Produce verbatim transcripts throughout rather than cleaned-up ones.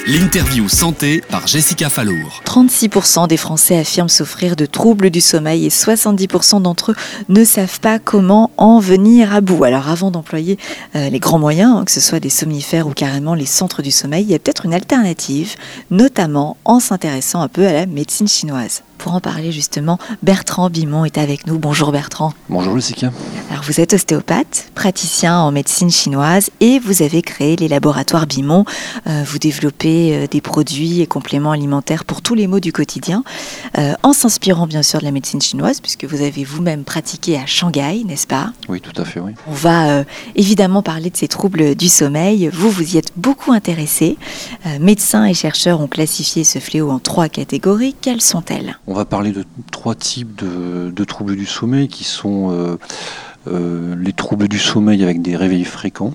L'interview santé par Jessica Fallour. trente-six pour cent des Français affirment souffrir de troubles du sommeil et soixante-dix pour cent d'entre eux ne savent pas comment en venir à bout. Alors avant d'employer euh, les grands moyens, hein, que ce soit des somnifères ou carrément les centres du sommeil, il y a peut-être une alternative, notamment en s'intéressant un peu à la médecine chinoise. Pour en parler justement, Bertrand Bimon est avec nous. Bonjour Bertrand. Bonjour Jessica. Alors vous êtes ostéopathe, praticien en médecine chinoise et vous avez créé les laboratoires Bimon. Euh, vous développez euh, des produits et compléments alimentaires pour tous les maux du quotidien, euh, en s'inspirant bien sûr de la médecine chinoise, puisque vous avez vous-même pratiqué à Shanghai, n'est-ce pas ? Oui, tout à fait, oui. On va euh, évidemment parler de ces troubles du sommeil. Vous, vous y êtes beaucoup intéressé. Euh, médecins et chercheurs ont classifié ce fléau en trois catégories. Quelles sont-elles ? On va parler de trois types de, de troubles du sommeil qui sont euh, euh, les troubles du sommeil avec des réveils fréquents,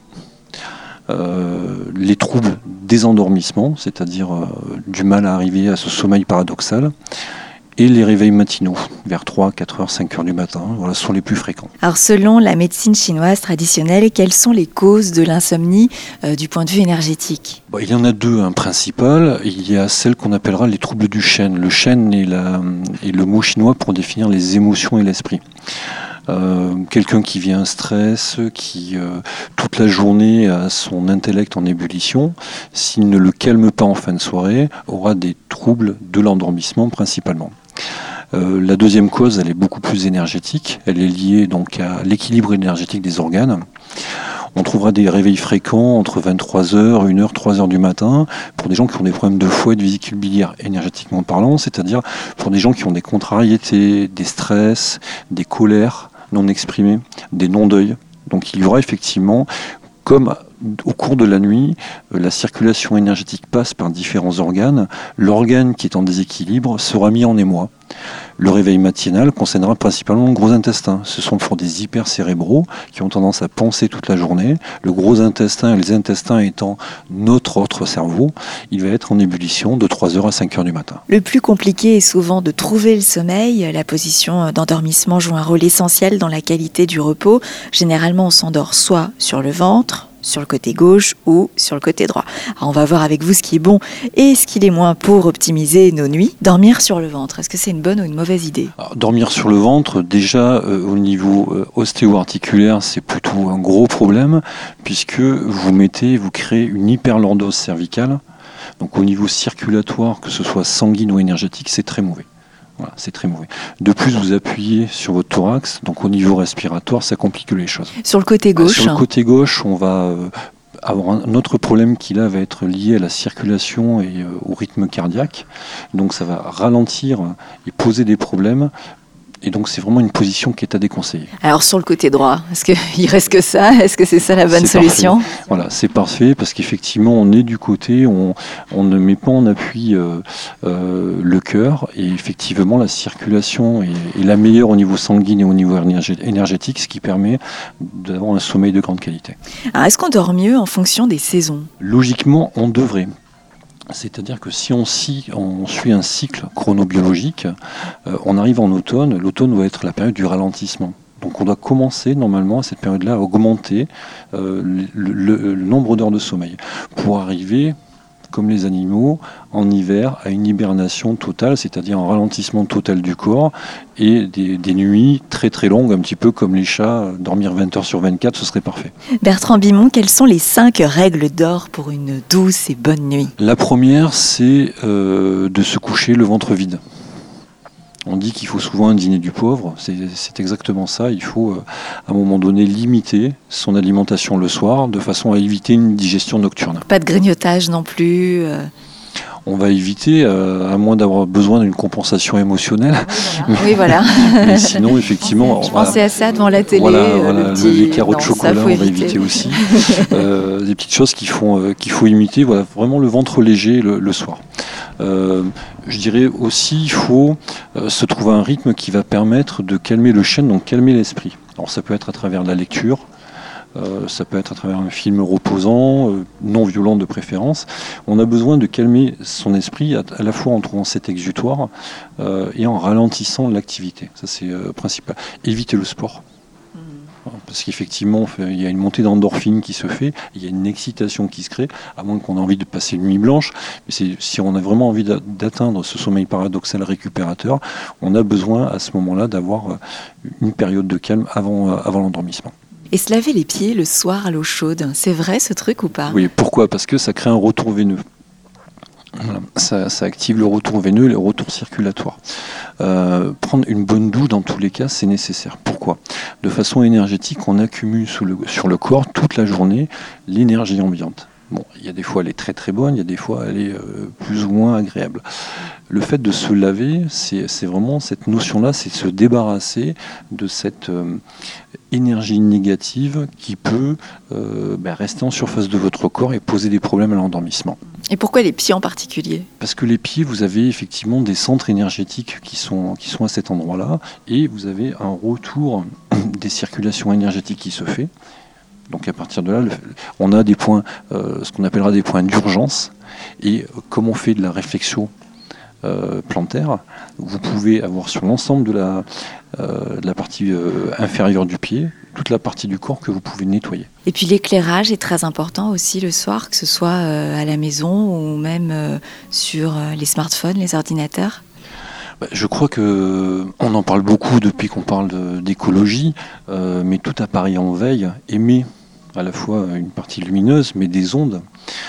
euh, les troubles des endormissements, c'est-à-dire euh, du mal à arriver à ce sommeil paradoxal, et les réveils matinaux, vers trois, quatre heures, cinq heures du matin, voilà, ce sont les plus fréquents. Alors selon la médecine chinoise traditionnelle, quelles sont les causes de l'insomnie euh, du point de vue énergétique ? Bon, il y en a deux hein, principales. Il y a celle qu'on appellera les troubles du chêne. Le chêne est, la, est le mot chinois pour définir les émotions et l'esprit. Euh, quelqu'un qui vit un stress, qui euh, toute la journée a son intellect en ébullition, s'il ne le calme pas en fin de soirée, aura des troubles de l'endormissement principalement. Euh, la deuxième cause, elle est beaucoup plus énergétique. Elle est liée donc à l'équilibre énergétique des organes. On trouvera des réveils fréquents entre vingt-trois heures, une heure, trois heures du matin pour des gens qui ont des problèmes de foie et de vésicule biliaire énergétiquement parlant, c'est-à-dire pour des gens qui ont des contrariétés, des stress, des colères non exprimées, des non-deuils. Donc il y aura effectivement, comme au cours de la nuit, la circulation énergétique passe par différents organes. L'organe qui est en déséquilibre sera mis en émoi. Le réveil matinal concernera principalement le gros intestin. Ce sont pour des hypercérébraux qui ont tendance à penser toute la journée. Le gros intestin et les intestins étant notre autre cerveau, il va être en ébullition de trois heures à cinq heures du matin. Le plus compliqué est souvent de trouver le sommeil. La position d'endormissement joue un rôle essentiel dans la qualité du repos. Généralement, on s'endort soit sur le ventre, sur le côté gauche ou sur le côté droit. Alors on va voir avec vous ce qui est bon et ce qui est moins pour optimiser nos nuits. Dormir sur le ventre, est-ce que c'est une bonne ou une mauvaise idée ? Alors, dormir sur le ventre, déjà euh, au niveau euh, ostéo-articulaire, c'est plutôt un gros problème puisque vous mettez, vous créez une hyperlordose cervicale. Donc au niveau circulatoire, que ce soit sanguine ou énergétique, c'est très mauvais. Voilà, c'est très mauvais. De plus, vous appuyez sur votre thorax, donc au niveau respiratoire, ça complique les choses. Sur le côté gauche. Sur le côté gauche, on va euh, avoir un autre problème qui là va être lié à la circulation et euh, au rythme cardiaque. Donc ça va ralentir et poser des problèmes. Et donc c'est vraiment une position qui est à déconseiller. Alors sur le côté droit, est-ce qu'il reste que ça ? Est-ce que c'est ça la bonne c'est solution ? Parfait. Voilà, c'est parfait parce qu'effectivement on est du côté, on, on ne met pas en appui euh, euh, le cœur et effectivement la circulation est, est la meilleure au niveau sanguin et au niveau énergétique, ce qui permet d'avoir un sommeil de grande qualité. Alors est-ce qu'on dort mieux en fonction des saisons ? Logiquement, on devrait. C'est-à-dire que si on, si on suit un cycle chronobiologique, euh, on arrive en automne, l'automne doit être la période du ralentissement. Donc on doit commencer normalement à cette période-là à augmenter euh, le, le, le nombre d'heures de sommeil pour arriver, comme les animaux, en hiver à une hibernation totale, c'est-à-dire un ralentissement total du corps et des, des nuits très très longues, un petit peu comme les chats, dormir vingt heures sur vingt-quatre, ce serait parfait. Bertrand Bimon, quelles sont les cinq règles d'or pour une douce et bonne nuit ? La première, c'est euh, de se coucher le ventre vide. On dit qu'il faut souvent un dîner du pauvre, c'est, c'est exactement ça. Il faut euh, à un moment donné limiter son alimentation le soir de façon à éviter une digestion nocturne. Pas de grignotage non plus euh... On va éviter, euh, à moins d'avoir besoin d'une compensation émotionnelle. Oui, voilà. Mais, mais sinon, effectivement... Je pensais à ça devant la télé. Voilà, euh, voilà le petit... les carreaux de non, chocolat, on va éviter, éviter aussi. euh, des petites choses qu'il faut, euh, qu'il faut imiter. Voilà, vraiment le ventre léger le, le soir. Euh, je dirais aussi, il faut euh, se trouver un rythme qui va permettre de calmer le chêne, donc calmer l'esprit. Alors ça peut être à travers la lecture, Euh, ça peut être à travers un film reposant, euh, non violent de préférence. On a besoin de calmer son esprit à, à la fois en trouvant cet exutoire euh, et en ralentissant l'activité. Ça c'est euh, principal. Éviter le sport. Parce qu'effectivement, il y a une montée d'endorphine qui se fait, il y a une excitation qui se crée, à moins qu'on ait envie de passer une nuit blanche. Mais c'est, si on a vraiment envie d'atteindre ce sommeil paradoxal récupérateur, on a besoin à ce moment-là d'avoir une période de calme avant, avant l'endormissement. Et se laver les pieds le soir à l'eau chaude, c'est vrai ce truc ou pas ? Oui, pourquoi ? Parce que ça crée un retour veineux. Voilà. Ça, ça active le retour veineux et le retour circulatoire. Euh, prendre une bonne douche dans tous les cas, c'est nécessaire. Pourquoi ? De façon énergétique, on accumule sous le, sur le corps toute la journée l'énergie ambiante. Bon, il y a des fois elle est très très bonne, il y a des fois elle est euh, plus ou moins agréable. Le fait de se laver, c'est, c'est vraiment cette notion-là, c'est de se débarrasser de cette euh, énergie négative qui peut euh, ben, rester en surface de votre corps et poser des problèmes à l'endormissement. Et pourquoi les pieds en particulier ? Parce que les pieds, vous avez effectivement des centres énergétiques qui sont, qui sont à cet endroit-là, et vous avez un retour des circulations énergétiques qui se fait. Donc à partir de là, le, on a des points, euh, ce qu'on appellera des points d'urgence. Et comme on fait de la réflexion euh, plantaire, vous pouvez avoir sur l'ensemble de la, euh, de la partie euh, inférieure du pied, toute la partie du corps que vous pouvez nettoyer. Et puis l'éclairage est très important aussi le soir, que ce soit euh, à la maison ou même euh, sur euh, les smartphones, les ordinateurs. Je crois que on en parle beaucoup depuis qu'on parle de, d'écologie, euh, mais tout appareil en veille émet à la fois une partie lumineuse, mais des ondes,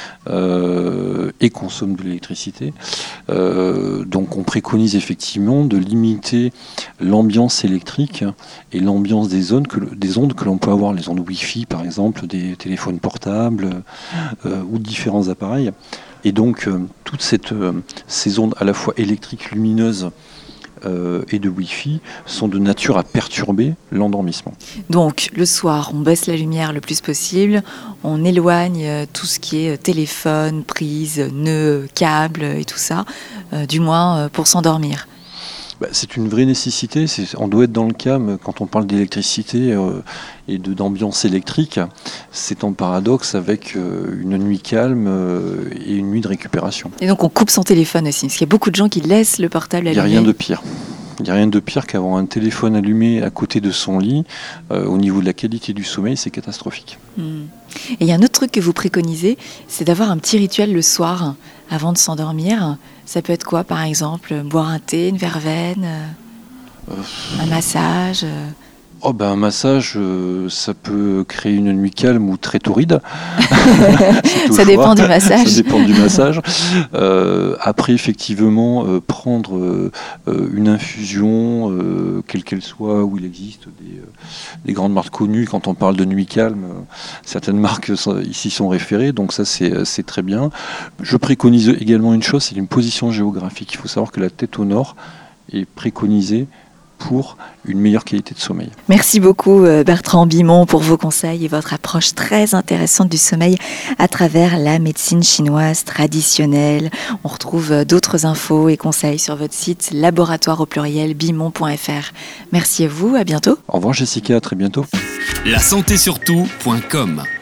euh, et consomme de l'électricité. Euh, donc on préconise effectivement de limiter l'ambiance électrique et l'ambiance des ondes que, des ondes que l'on peut avoir, les ondes Wi-Fi par exemple, des téléphones portables euh, ou différents appareils. Et donc, euh, toutes cette, euh, ces ondes à la fois électriques, lumineuses euh, et de Wi-Fi sont de nature à perturber l'endormissement. Donc, le soir, on baisse la lumière le plus possible, on éloigne euh, tout ce qui est téléphone, prise, nœud, câble et tout ça, euh, du moins euh, pour s'endormir. Bah, c'est une vraie nécessité, c'est, on doit être dans le calme quand on parle d'électricité euh, et de, d'ambiance électrique. C'est en paradoxe avec euh, une nuit calme euh, et une nuit de récupération. Et donc on coupe son téléphone aussi, parce qu'il y a beaucoup de gens qui laissent le portable allumé. Il n'y a rien de pire. Il n'y a rien de pire qu'avoir un téléphone allumé à côté de son lit. Euh, au niveau de la qualité du sommeil, c'est catastrophique. Mmh. Et il y a un autre truc que vous préconisez, c'est d'avoir un petit rituel le soir avant de s'endormir. Ça peut être quoi, par exemple ? Boire un thé, une verveine, euh, un massage euh... Oh ben un massage, euh, ça peut créer une nuit calme ou très torride. Ça dépend du massage. Ça dépend du massage. Euh, après, effectivement, euh, prendre euh, une infusion, euh, quelle qu'elle soit, où il existe des, euh, des grandes marques connues. Quand on parle de nuit calme, euh, certaines marques sont, ici sont référées, donc ça c'est, c'est très bien. Je préconise également une chose, c'est une position géographique. Il faut savoir que la tête au nord est préconisée pour une meilleure qualité de sommeil. Merci beaucoup Bertrand Bimon pour vos conseils et votre approche très intéressante du sommeil à travers la médecine chinoise traditionnelle. On retrouve d'autres infos et conseils sur votre site laboratoire au pluriel bimon point f r. Merci à vous, à bientôt. Au revoir Jessica, à très bientôt. La santé surtout point com